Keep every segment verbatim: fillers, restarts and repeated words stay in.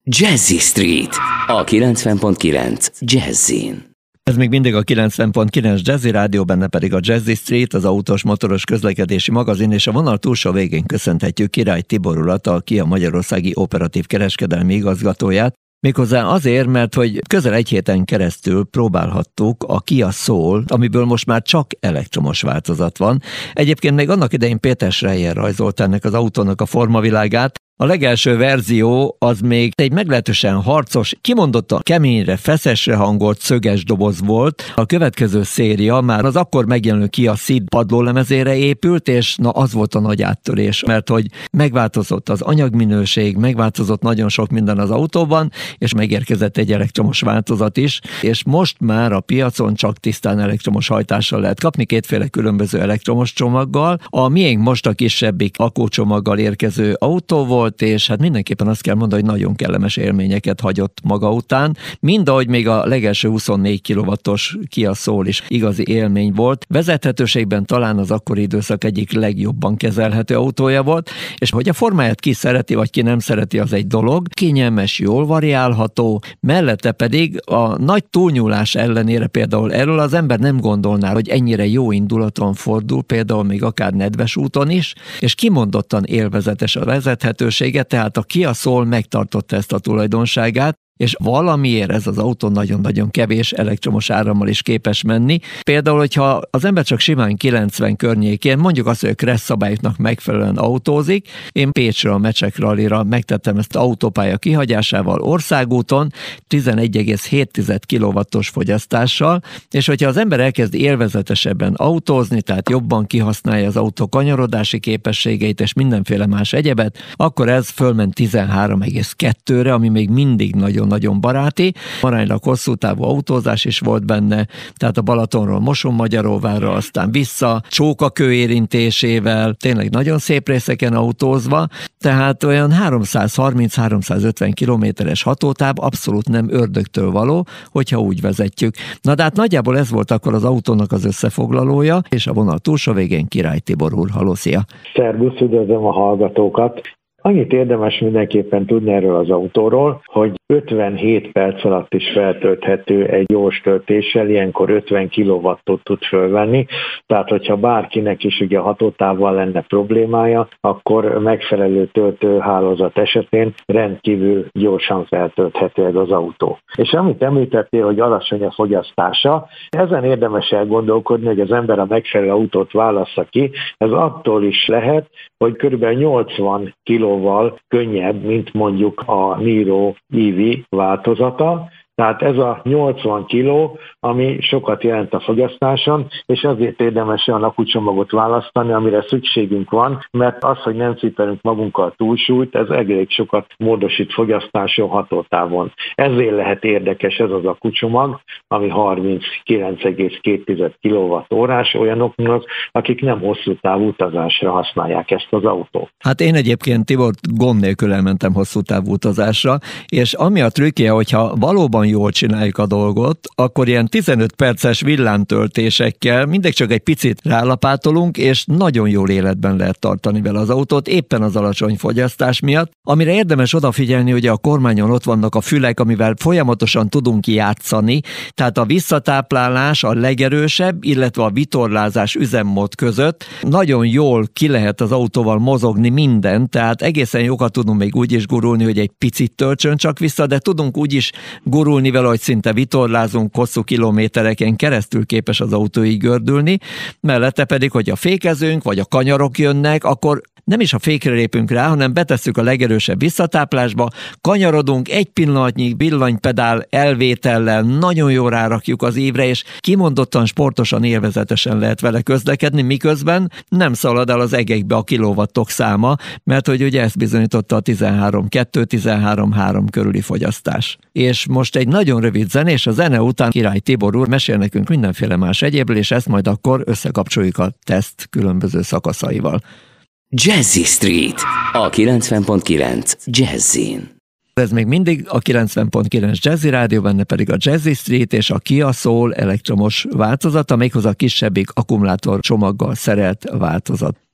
Jazzy Street, a kilencven pont kilenc Jazzin. Ez még mindig a kilencven pont kilenc Jazzy Rádió, benne pedig a Jazzy Street, az autós motoros közlekedési magazin, és a vonal túlsó végén köszönhetjük Király Tibor urat, a Kia Magyarországi Operatív Kereskedelmi Igazgatóját. Méghozzá azért, mert hogy közel egy héten keresztül próbálhattuk a Kia Soul, amiből most már csak elektromos változat van. Egyébként még annak idején Péter Schreier rajzolt ennek az autónak a formavilágát. A legelső verzió az még egy meglehetősen harcos, kimondottan keményre, feszesre hangolt szöges doboz volt. A következő széria már az akkor megjelenő Kia Ceed padlólemezére épült, és na az volt a nagy áttörés, mert hogy megváltozott az anyagminőség, megváltozott nagyon sok minden az autóban, és megérkezett egy elektromos változat is, és most már a piacon csak tisztán elektromos hajtással lehet kapni, kétféle különböző elektromos csomaggal. A miénk most a kisebbik akkucsomaggal érkező autó volt, és hát mindenképpen azt kell mondani, hogy nagyon kellemes élményeket hagyott maga után, mind ahogy még a legelső huszonnégy kilowattos Kia Soul is igazi élmény volt. Vezethetőségben talán az akkori időszak egyik legjobban kezelhető autója volt, és hogy a formáját ki szereti, vagy ki nem szereti, az egy dolog. Kényelmes, jól variálható, mellette pedig a nagy túlnyúlás ellenére például erről az ember nem gondolná, hogy ennyire jó indulaton fordul, például még akár nedves úton is, és kimondottan élvezetes a vezethetőség, tehát a Kia Soul megtartotta ezt a tulajdonságát, és valamiért ez az autó nagyon-nagyon kevés elektromos árammal is képes menni. Például, hogyha az ember csak simán kilencven környékén, mondjuk azt, hogy a kressz szabályoknak megfelelően autózik, én Pécsre a Mecsek Rallira megtettem ezt autópálya kihagyásával országúton, tizenegy egész hét kilowattos fogyasztással, és hogyha az ember elkezd élvezetesebben autózni, tehát jobban kihasználja az autó kanyarodási képességeit és mindenféle más egyebet, akkor ez fölment tizenhárom egész kettőre, ami még mindig nagyon nagyon baráti. Aránylag hosszú távú autózás is volt benne, tehát a Balatonról Mosonmagyaróvárra, aztán vissza, csókakő érintésével, tényleg nagyon szép részeken autózva, tehát olyan háromszázharminc-háromszázötven kilométeres hatótáv abszolút nem ördögtől való, hogyha úgy vezetjük. Na de hát nagyjából ez volt akkor az autónak az összefoglalója, és a vonal túlsó végén Király Tibor úr. Halló, szia! Szervusz, üdvözlöm a hallgatókat! Annyit érdemes mindenképpen tudni erről az autóról, hogy ötvenhét perc alatt is feltölthető egy gyors töltéssel, ilyenkor ötven kilowattot tud fölvenni, tehát hogyha bárkinek is ugye a hatótávval lenne problémája, akkor megfelelő töltőhálózat esetén rendkívül gyorsan feltölthető ez az autó. És amit említettél, hogy alacsony a fogyasztása, ezen érdemes elgondolkodni, hogy az ember a megfelelő autót válassza ki, ez attól is lehet, hogy kb. nyolcvan kilóval könnyebb, mint mondjuk a Niro í vé változata, tehát ez a nyolcvan kiló, ami sokat jelent a fogyasztáson, és azért érdemes olyan akkucsomagot választani, amire szükségünk van, mert az, hogy nem cipelünk magunkkal túlsúlyt, ez elég sokat módosít fogyasztáson, hatótávon. Ezért lehet érdekes ez az akkucsomag, ami harminckilenc egész két kilowattórás olyanoknak, akik nem hosszú távú utazásra használják ezt az autót. Hát én egyébként, Tibor, gond nélkül elmentem hosszú távú utazásra, és ami a trükkje, hogyha valóban jól csináljuk a dolgot, akkor ilyen tizenöt perces villámtöltésekkel mindegy csak egy picit rálapátolunk, és nagyon jól életben lehet tartani vele az autót, éppen az alacsony fogyasztás miatt. Amire érdemes odafigyelni, hogy a kormányon ott vannak a fülek, amivel folyamatosan tudunk játszani, tehát a visszatáplálás a legerősebb, illetve a vitorlázás üzemmód között nagyon jól ki lehet az autóval mozogni minden, tehát egészen jókat tudunk még úgy is gurulni, hogy egy picit töltsön csak vissza, de tudunk úgy is gurulni vele, hogy szinte vitorlázunk, hosszú kilométereken keresztül képes az autó így gördülni, mellette pedig, hogy a fékezünk, vagy a kanyarok jönnek, akkor nem is a fékre lépünk rá, hanem betesszük a legerősebb visszatáplásba, kanyarodunk, egy pillanatnyi villanypedál elvétellel nagyon jól rárakjuk az ívre, és kimondottan sportosan, élvezetesen lehet vele közlekedni, miközben nem szalad el az egekbe a kilowattok száma, mert hogy ugye ezt bizonyította a tizenhárom kettő tizenhárom három körüli fogyasztás. És most egy nagyon rövid zene, és a zene után Király Tibor úr mesél nekünk mindenféle más egyébről, és ezt majd akkor összekapcsoljuk a teszt különböző szakaszaival. Jazzy Street, a kilencven pont kilenc Jazzin. Ez még mindig a kilencven pont kilenc Jazzy Rádió, benne pedig a Jazzy Street és a Kia Soul elektromos változata, méghozzá a kisebbik akkumulátor csomaggal szerelt változat.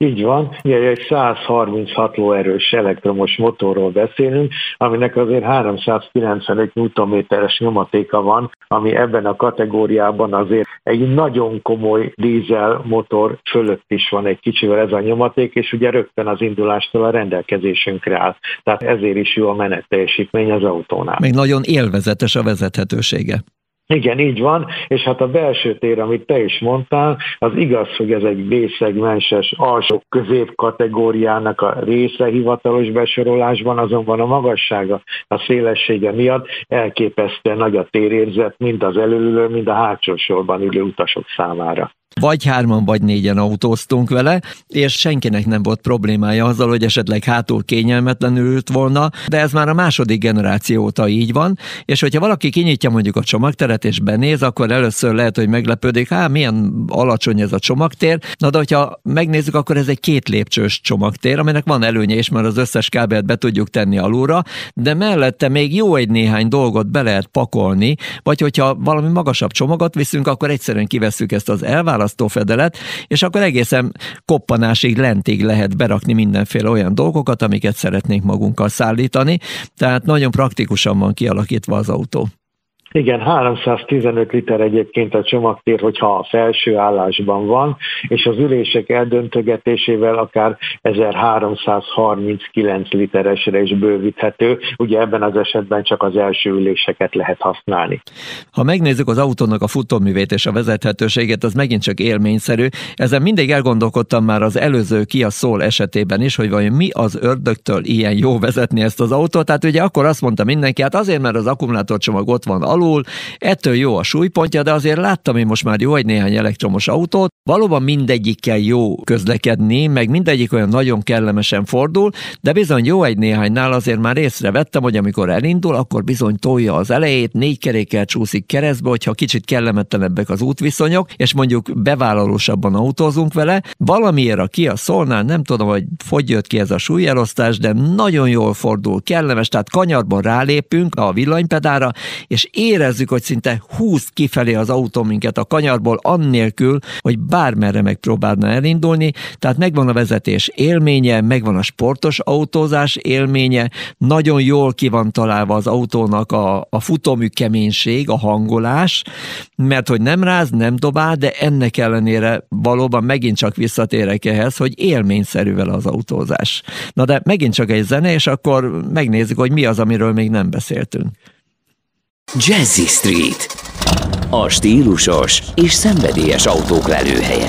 Így van, ugye egy száz harminchat lóerős elektromos motorról beszélünk, aminek azért háromszázkilencvenöt newtonméteres nyomatéka van, ami ebben a kategóriában azért egy nagyon komoly dízel motor fölött is van egy kicsivel ez a nyomaték, és ugye rögtön az indulástól a rendelkezésünkre áll. Tehát ezért is jó a menetteljesítmény az autónál. Még nagyon élvezetes a vezethetősége. Igen, így van, és hát a belső tér, amit te is mondtál, az igaz, hogy ez egy B-szegmenses alsó közép kategóriának a része hivatalos besorolásban, azonban a magassága, a szélessége miatt elképesztően nagy a térérzet, mind az előülő, mind a hátsó sorban ülő utasok számára. Vagy hárman, vagy négyen autóztunk vele, és senkinek nem volt problémája azzal, hogy esetleg hátul kényelmetlenül ült volna, de ez már a második generáció óta így van, és hogyha valaki kinyitja mondjuk a csomagteret és benéz, akkor először lehet, hogy meglepődik, hát milyen alacsony ez a csomagtér, na de hogyha megnézzük, akkor ez egy két lépcsős csomagtér, aminek van előnye is, mert az összes kábelt be tudjuk tenni alulra, de mellette még jó egy néhány dolgot be lehet pakolni, vagy hogyha valami magasabb csomagot viszünk, akkor egyszerűen kivesszük ezt az elválasztást, fedelet, és akkor egészen koppanásig lentig lehet berakni mindenféle olyan dolgokat, amiket szeretnénk magunkkal szállítani, tehát nagyon praktikusan van kialakítva az autó. Igen, háromszáztizenöt liter egyébként a csomagtér, hogyha a felső állásban van, és az ülések eldöntögetésével akár ezerháromszázharminckilenc literesre is bővíthető, ugye ebben az esetben csak az első üléseket lehet használni. Ha megnézzük az autónak a futóművét és a vezethetőséget, az megint csak élményszerű. Ezen mindig elgondolkodtam már az előző Kia Soul esetében is, hogy vajon mi az ördögtől ilyen jó vezetni ezt az autót. Tehát ugye akkor azt mondta mindenki, hát azért, mert az akkumulátorcsomag ott van alul, ettől jó a súlypontja, de azért láttam én most már jó egy néhány elektromos autót, valóban mindegyikkel jó közlekedni, meg mindegyik olyan nagyon kellemesen fordul, de bizony jó egy néhánynál azért már észrevettem, hogy amikor elindul, akkor bizony tolja az elejét, négy kerékkel csúszik keresztbe, hogyha kicsit kellemetlenebbek az útviszonyok, és mondjuk bevállalósabban autózunk vele. Valamiért a Kia Soulnál nem tudom, hogy hogy jött ki ez a súlyelosztás, de nagyon jól fordul, kellemes, tehát kanyarban rálépünk a villanypedára, és érezzük, hogy szinte húz kifelé az autó minket a kanyarból, annélkül, hogy bármerre megpróbálna elindulni, tehát megvan a vezetés élménye, megvan a sportos autózás élménye, nagyon jól ki van találva az autónak a, a futómű keménység, a hangolás, mert hogy nem ráz, nem dobál, de ennek ellenére valóban megint csak visszatérek ehhez, hogy élményszerű vele az autózás. Na de megint csak egy zene, és akkor megnézzük, hogy mi az, amiről még nem beszéltünk. Jazzy Street, a stílusos és szenvedélyes autók lelőhelye.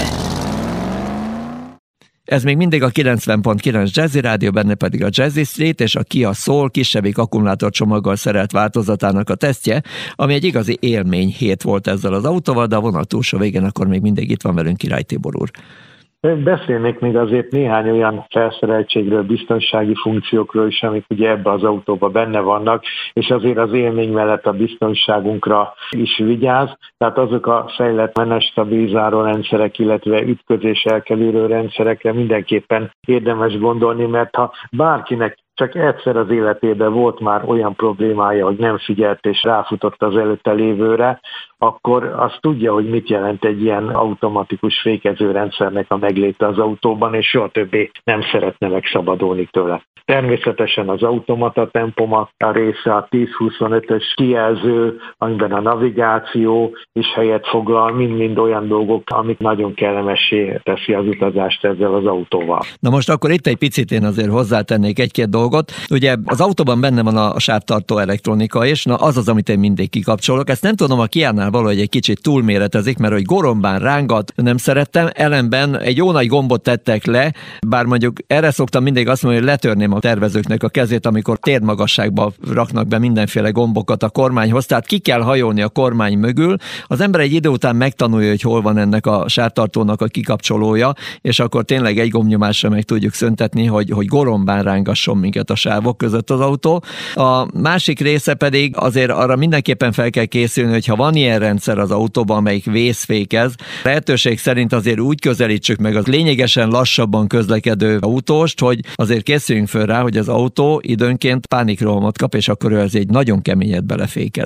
Ez még mindig a kilencven pont kilenc Jazzy Rádió, benne pedig a Jazzy Street és a Kia Soul kisebbik akkumulátorcsomaggal szerelt változatának a tesztje, ami egy igazi élmény hét volt ezzel az autóval, de a vonal túlsó végén akkor még mindig itt van velünk Király Tibor úr. Beszélnék még azért néhány olyan felszereltségről, biztonsági funkciókról is, amik ugye ebbe az autóba benne vannak, és azért az élmény mellett a biztonságunkra is vigyáz. Tehát azok a fejlett menetstabilizáló rendszerek, illetve ütközés elkerülő rendszerekre mindenképpen érdemes gondolni, mert ha bárkinek csak egyszer az életében volt már olyan problémája, hogy nem figyelt és ráfutott az előtte lévőre, akkor azt tudja, hogy mit jelent egy ilyen automatikus fékezőrendszernek a megléte az autóban, és soha többé nem szeretne megszabadulni tőle. Természetesen az automata tempomat a része, a tíz huszonötös kijelző, amiben a navigáció is helyet foglal, mind-mind olyan dolgok, amik nagyon kellemessé teszi az utazást ezzel az autóval. Na most akkor itt egy picit én azért hozzátennék egy-két dolgot. Ugye az autóban benne van a sávtartó elektronika is, na az az, amit én mindig kikapcsolok. Ezt nem tudom, a Kiánál valahogy egy kicsit túlméretezik, mert hogy gorombán rángat nem szerettem, ellenben egy jó nagy gombot tettek le, bár mondjuk erre szoktam mindig azt mondani, hogy letörném a tervezőknek a kezét, amikor térmagasságba raknak be mindenféle gombokat a kormányhoz, tehát ki kell hajolni a kormány mögül. Az ember egy idő után megtanulja, hogy hol van ennek a sávtartónak a kikapcsolója, és akkor tényleg egy gombnyomásra meg tudjuk szöntetni, hogy, hogy gorombán rángasson minket a sávok között az autó. A másik része pedig azért arra mindenképpen fel kell készülni, hogy ha van ilyen rendszer az autóban, amelyik vészfékez, lehetőség szerint azért úgy közelítsük meg az lényegesen lassabban közlekedő autóst, hogy azért készüljünk föl rá, hogy az autó időnként pánikrohamot kap, és akkor ő azért egy nagyon keményet belefékez.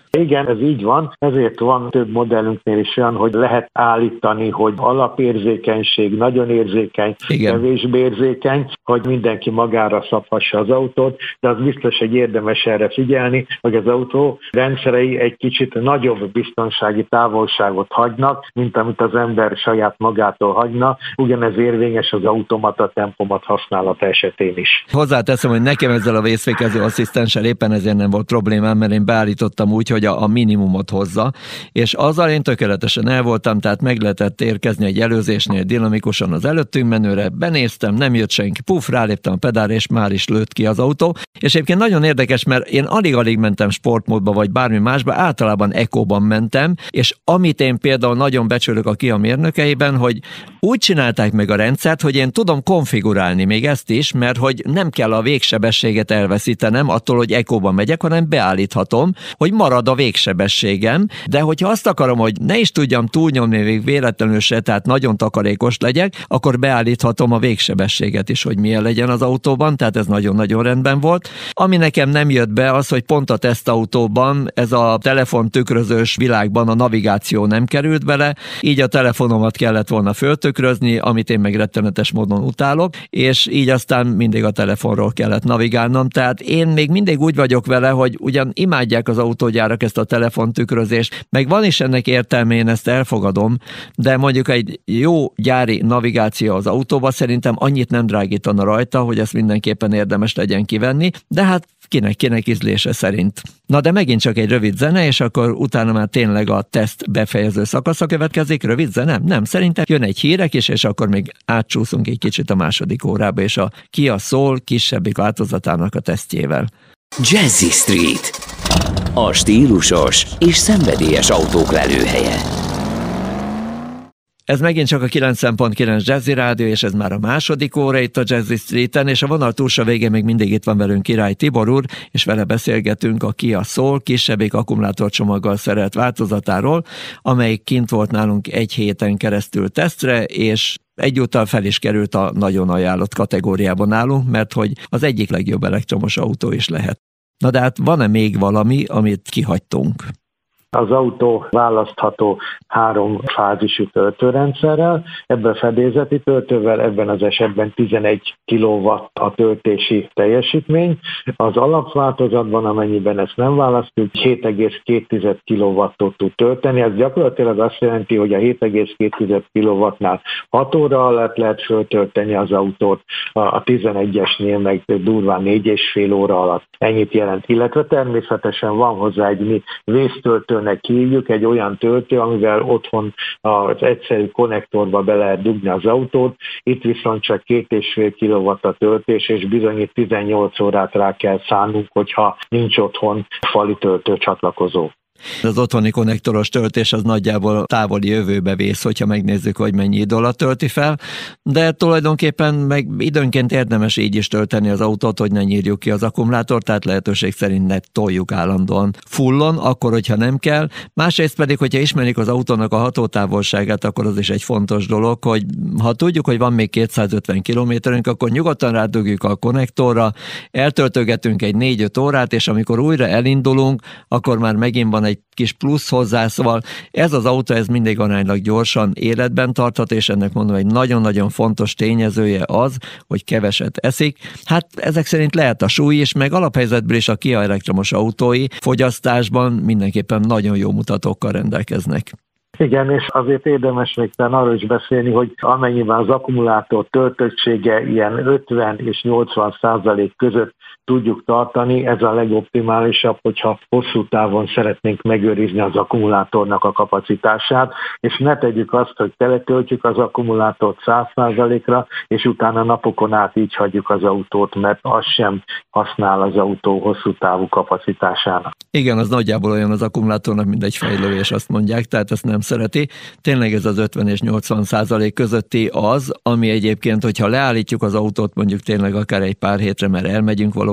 Igen, ez így van, ezért van több modellünknél is olyan, hogy lehet állítani, hogy alapérzékenység, nagyon érzékeny, igen, kevésbé érzékeny, hogy mindenki magára szabhassa az autót, de az biztos, hogy érdemes erre figyelni, hogy az autó rendszerei egy kicsit nagyobb biztonsági távolságot hagynak, mint amit az ember saját magától hagyna, ugyanez érvényes az automata tempomat használata esetén is. Hozzáteszem, hogy nekem ezzel a vészfékező asszisztenssel éppen ezért nem volt problémám, mert én beállítottam úgy, hogy a, a minimumot hozza, és azzal én tökéletesen el voltam, tehát meg lehetett érkezni egy előzésnél dinamikusan az előttünk menőre, benéztem, nem jött senki, puf, ráléptem a pedálra, és már is lőtt ki az autó, és egyébként nagyon érdekes, mert én alig-alig mentem sportmódba, vagy bármi másba, általában ekóban mentem, és amit én például nagyon becsülök a Kia mérnökeiben, hogy úgy csinálták meg a rendszert, hogy én tudom konfigurálni még ezt is, mert hogy nem kell a végsebességet elveszítenem attól, hogy ekóban megyek, hanem beállíthatom, hogy marad a végsebességem, de hogyha azt akarom, hogy ne is tudjam túlnyomni még véletlenül se, tehát nagyon takarékos legyek, akkor beállíthatom a végsebességet is, hogy milyen legyen az autóban, tehát ez nagyon-nagyon rendben volt. Ami nekem nem jött be, az, hogy pont a tesztautóban ez a telefontükrözős világban a navigáció nem került bele, így a telefonomat kellett volna föltükrözni, amit én meg rettenetes módon utálok, és így aztán mindig a telefonról kellett navigálnom, tehát én még mindig úgy vagyok vele, hogy ugyan imádják az autógyárak ezt a telefontükrözést, meg van is ennek értelme, én ezt elfogadom, de mondjuk egy jó gyári navigáció az autóba szerintem annyit nem drágítana rajta, hogy ezt mindenképpen érdemes legyen kivenni, de hát kinek-kinek ízlése szerint. Na de megint csak egy rövid zene, és akkor utána már tényleg a teszt befejező szakasza következik. Rövid zene? Nem, szerintem jön egy hírek is, és akkor még átcsúszunk egy kicsit a második órába, és a Kia Soul kisebbik változatának a tesztjével. Jazzy Street, a stílusos és szenvedélyes autók lelőhelye. Ez megint csak a kilencven pont kilenc Jazzy Rádió, és ez már a második óra itt a Jazzy Streeten, és a vonal túlsó végén még mindig itt van velünk Király Tibor úr, és vele beszélgetünk a Kia Soul kisebbik akkumulátorcsomaggal szerelt változatáról, amelyik kint volt nálunk egy héten keresztül tesztre, és egyúttal fel is került a nagyon ajánlott kategóriában nálunk, mert hogy az egyik legjobb elektromos autó is lehet. Na de hát van-e még valami, amit kihagytunk? Az autó választható három fázisú töltőrendszerrel, ebben fedélzeti töltővel, ebben az esetben tizenegy kilowatt a töltési teljesítmény. Az alapváltozatban, amennyiben ezt nem választjuk, hét egész két kilowattot tud tölteni. Ez gyakorlatilag azt jelenti, hogy a hét egész két kilowattnál hat óra alatt lehet föltölteni az autót, a tizenegyesnél meg durván négy és fél óra alatt. Ennyit jelent, illetve természetesen van hozzá egy mi vésztöltő hívjuk, egy olyan töltő, amivel otthon az egyszerű konnektorba be lehet dugni az autót, itt viszont csak két és fél kilowatt a töltés, és bizony itt tizennyolc órát rá kell szánnunk, hogyha nincs otthon fali töltő csatlakozó. Az otthoni konnektoros töltés az nagyjából távoli jövőbe vész, hogyha megnézzük, hogy mennyi idő alatt tölti fel, de tulajdonképpen meg időnként érdemes így is tölteni az autót, hogy ne nyírjuk ki az akkumulátort, tehát lehetőség szerint ne toljuk állandóan fullon, akkor, hogyha nem kell. Másrészt pedig, hogyha ismerik az autónak a hatótávolságát, akkor az is egy fontos dolog, hogy ha tudjuk, hogy van még kétszázötven kilométerünk, akkor nyugodtan rádugjuk a konnektorra, eltöltögetünk egy négy-öt órát, és amikor újra elindulunk, akkor már megint van egy kis plusz hozzá, szóval ez az autó, ez mindig aránylag gyorsan életben tarthat, és ennek mondom, egy nagyon-nagyon fontos tényezője az, hogy keveset eszik. Hát ezek szerint lehet a súly is, meg alaphelyzetből is a Kia elektromos autói fogyasztásban mindenképpen nagyon jó mutatókkal rendelkeznek. Igen, és azért érdemes még arról is beszélni, hogy amennyiben az akkumulátor töltöttsége ilyen ötven és nyolcvan százalék között tudjuk tartani, ez a legoptimálisabb, hogyha hosszú távon szeretnénk megőrizni az akkumulátornak a kapacitását, és ne tegyük azt, hogy teletöltjük az akkumulátort száz százalékra, és utána napokon át így hagyjuk az autót, mert az sem használ az autó hosszú távú kapacitásának. Igen, az nagyjából olyan az akkumulátornak, mint egy fejlődés, azt mondják, tehát ezt nem szereti. Tényleg ez az ötven és nyolcvan százalék közötti az, ami egyébként, hogyha leállítjuk az autót mondjuk tényleg akár egy pár hétre, mert elmegyünk valóban,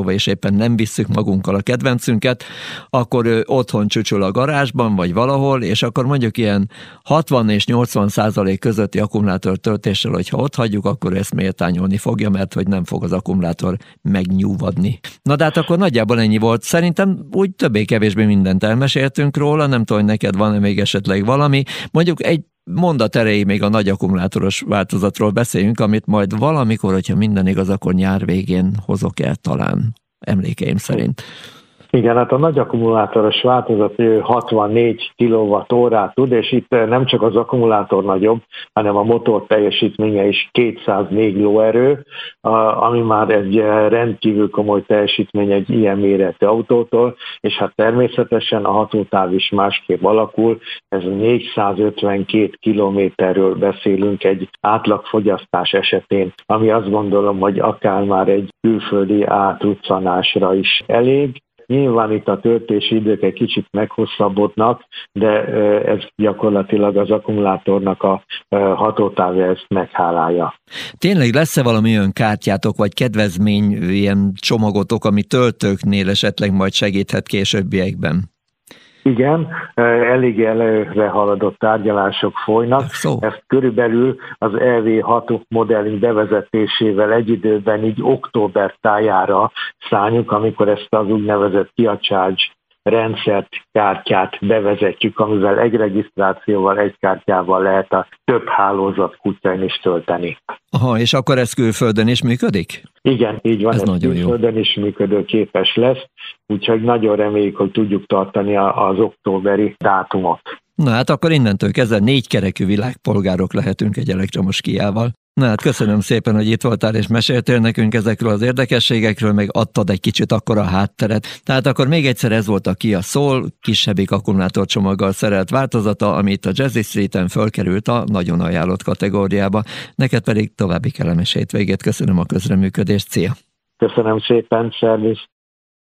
valahova, és éppen nem visszük magunkkal a kedvencünket, akkor ő otthon csücsül a garázsban, vagy valahol, és akkor mondjuk ilyen hatvan és nyolcvan százalék közötti akkumulátor töltéssel, hogyha ott hagyjuk, akkor ezt méltányolni fogja, mert hogy nem fog az akkumulátor megnyúvadni. Na de hát akkor nagyjából ennyi volt. Szerintem úgy többé-kevésbé mindent elmeséltünk róla, nem tudom, hogy neked van-e még esetleg valami. Mondjuk egy mondat erejéig még a nagy akkumulátoros változatról beszéljünk, amit majd valamikor, hogyha minden igaz, akkor nyár végén hozok el talán, emlékeim szerint. Igen, hát a nagy akkumulátoros változat hatvannégy kilowattórát tud, és itt nem csak az akkumulátor nagyobb, hanem a motor teljesítménye is kétszáznégy lóerő, ami már egy rendkívül komoly teljesítmény egy ilyen méretű autótól, és hát természetesen a hatótáv is másképp alakul, ez négyszázötvenkét kilométerről beszélünk egy átlagfogyasztás esetén, ami azt gondolom, hogy akár már egy külföldi átruccanásra is elég. Nyilván itt a töltési idők egy kicsit meghosszabbodnak, de ez gyakorlatilag az akkumulátornak a hatótávja ezt meghálálja. Tényleg lesz-e valami olyan kártyátok, vagy kedvezmény ilyen csomagotok, ami töltőknél esetleg majd segíthet későbbiekben? Igen, elég előre haladott tárgyalások folynak. Szó. Ezt körülbelül az E V hat modellink bevezetésével egy időben így október tájára szálljuk, amikor ezt az úgynevezett Kia Charge rendszert, kártyát bevezetjük, amivel egy regisztrációval, egy kártyával lehet a több hálózat kutyán is tölteni. Aha, és akkor ez külföldön is működik? Igen, így van, ez, ez külföldön jó. Is működőképes lesz, úgyhogy nagyon reméljük, hogy tudjuk tartani az októberi dátumot. Na hát akkor innentől kezdve négy kerekű világpolgárok lehetünk egy elektromos Kiával. Na hát köszönöm szépen, hogy itt voltál és meséltél nekünk ezekről az érdekességekről, meg adtad egy kicsit akkor a hátteret. Tehát akkor még egyszer ez volt a Kia Soul, kisebbik akkumulátorcsomaggal szerelt változata, amit a Jazzy Streeten fölkerült a nagyon ajánlott kategóriába. Neked pedig további kellemes hétvégét, köszönöm a közreműködést, szia! Köszönöm szépen, szervusz!